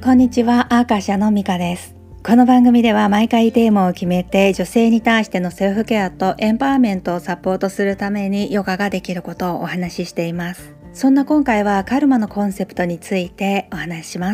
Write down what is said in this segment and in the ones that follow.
こんにちは、アーカシャのミカです。この番組では毎回テーマを決めて女性に対してのセルフケアとエンパワーメントをサポートするためにヨガができることをお話ししています。そんな今回はカルマのコンセプトについてお話しします。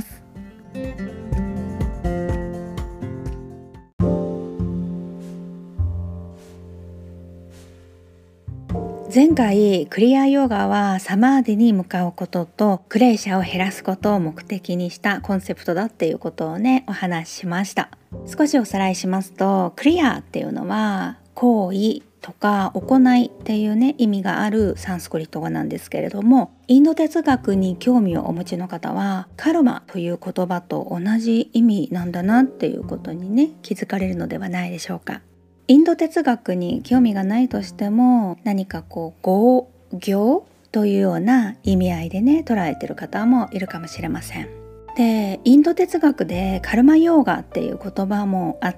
前回クリアヨガはサマーディに向かうこととクレーシャを減らすことを目的にしたコンセプトだっていうことをねお話ししました。少しおさらいしますと、クリアっていうのは行為とか行いっていうね意味があるサンスクリット語なんですけれども、インド哲学に興味をお持ちの方はカルマという言葉と同じ意味なんだなっていうことにね気づかれるのではないでしょうか。インド哲学に興味がないとしても、何か業というような意味合いでね捉えている方もいるかもしれません。で、インド哲学でカルマヨーガっていう言葉もあって、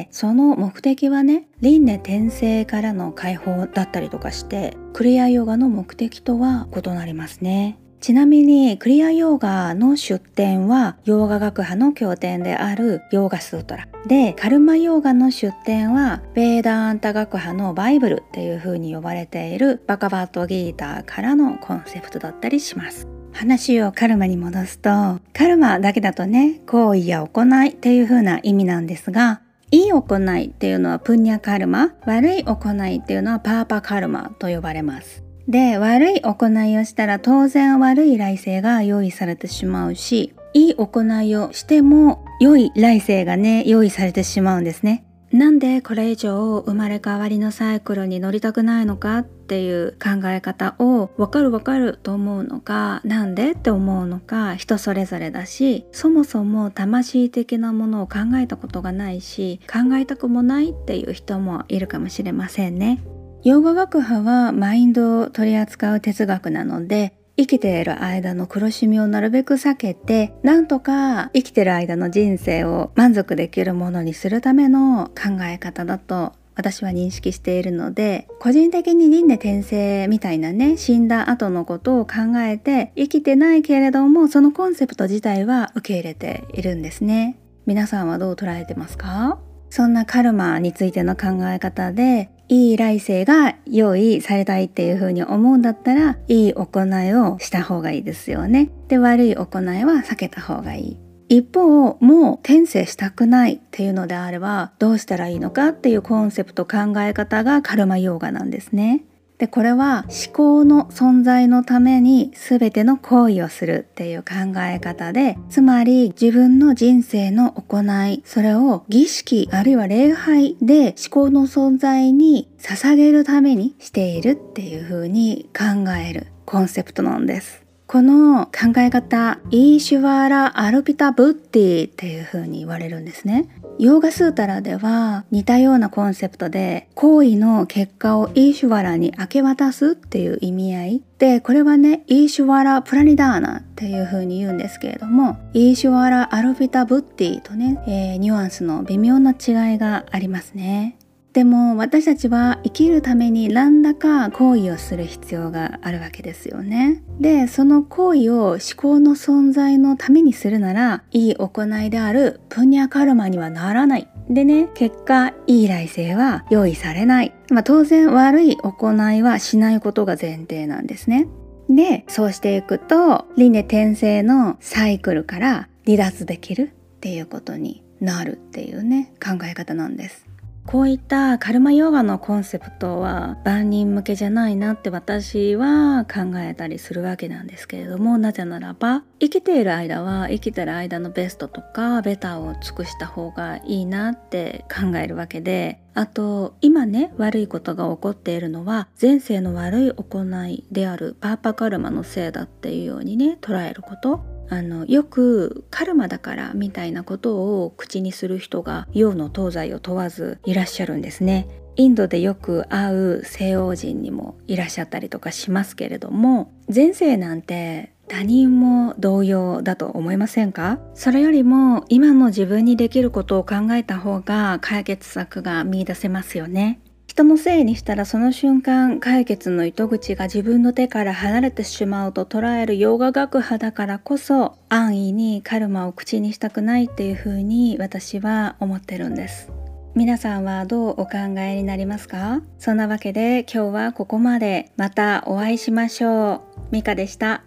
その目的はね輪廻転生からの解放だったりとかして、クリアヨガの目的とは異なりますね。ちなみにクリアヨーガの出典はヨーガ学派の経典であるヨーガスートラで、カルマヨーガの出典はベーダーンタ学派のバイブルっていう風に呼ばれているバガバットギーターからのコンセプトだったりします。話をカルマに戻すと、カルマだけだとね行為や行いっていう風な意味なんですが、いい行いっていうのはプンニャカルマ、悪い行いっていうのはパーパカルマと呼ばれます。で、悪い行いをしたら当然悪い来世が用意されてしまうし、いい行いをしても良い来世がね用意されてしまうんですね。なんでこれ以上生まれ変わりのサイクルに乗りたくないのかっていう考え方をわかると思うのか、なんでって思うのか人それぞれだし、そもそも魂的なものを考えたことがないし考えたくもないっていう人もいるかもしれませんね。ヨーガ学派はマインドを取り扱う哲学なので、生きている間の苦しみをなるべく避けて、なんとか生きている間の人生を満足できるものにするための考え方だと私は認識しているので、個人的に輪廻転生みたいなね死んだ後のことを考えて生きてないけれども、そのコンセプト自体は受け入れているんですね。皆さんはどう捉えてますか？そんなカルマについての考え方で、いい来世が用意されたいっていう風に思うんだったら、いい行いをした方がいいですよね。で、悪い行いは避けた方がいい。一方、もう転生したくないっていうのであればどうしたらいいのかっていうコンセプト、考え方がカルマヨーガなんですね。で、これは思考の存在のために全ての行為をするっていう考え方で、つまり自分の人生の行い、それを儀式あるいは礼拝で思考の存在に捧げるためにしているっていう風に考えるコンセプトなんです。この考え方、イーシュワーラ・アルピタ・ブッディっていう風に言われるんですね。ヨーガスータラでは似たようなコンセプトで、行為の結果をイーシュワラに明け渡すっていう意味合いで、これはねイーシュワラ・プラニダーナっていう風に言うんですけれども、イーシュワラ・アルピタ・ブッディとね、ニュアンスの微妙な違いがありますね。でも私たちは生きるために何らか行為をする必要があるわけですよね。で、その行為を思考の存在のためにするなら、いい行いであるプニャカルマにはならない。でね、結果いい来世は用意されない。当然悪い行いはしないことが前提なんですね。で、そうしていくと輪廻転生のサイクルから離脱できるっていうことになるっていうね考え方なんです。こういったカルマヨガのコンセプトは万人向けじゃないなって私は考えたりするわけなんですけれども、なぜならば生きている間は生きている間のベストとかベターを尽くした方がいいなって考えるわけで、あと今ね悪いことが起こっているのは前世の悪い行いであるパーパカルマのせいだっていうようにね捉えること。よくカルマだからみたいなことを口にする人が洋の東西を問わずいらっしゃるんですね。インドでよく会う西洋人にもいらっしゃったりとかしますけれども、前世なんて他人も同様だと思いませんか？それよりも今の自分にできることを考えた方が解決策が見出せますよね。 人のせいにしたらその瞬間解決の糸口が自分の手から離れてしまうと捉えるヨガ学派だからこそ、安易にカルマを口にしたくないっていうふうに私は思ってるんです。皆さんはどうお考えになりますか？そんなわけで今日はここまで。またお会いしましょう。ミカでした。